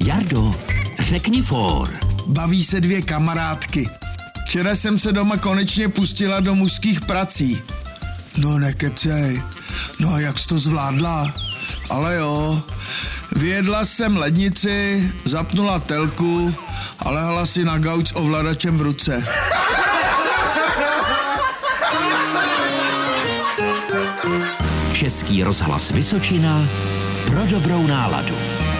Jardo, řekni for. Baví se dvě kamarádky. Včera jsem se doma konečně pustila do mužských prací. No nekecej. No a jak jsi to zvládla? Ale jo. Vyjedla jsem lednici, zapnula telku a lehla si na gauč s ovladačem v ruce. Český rozhlas Vysočina pro dobrou náladu.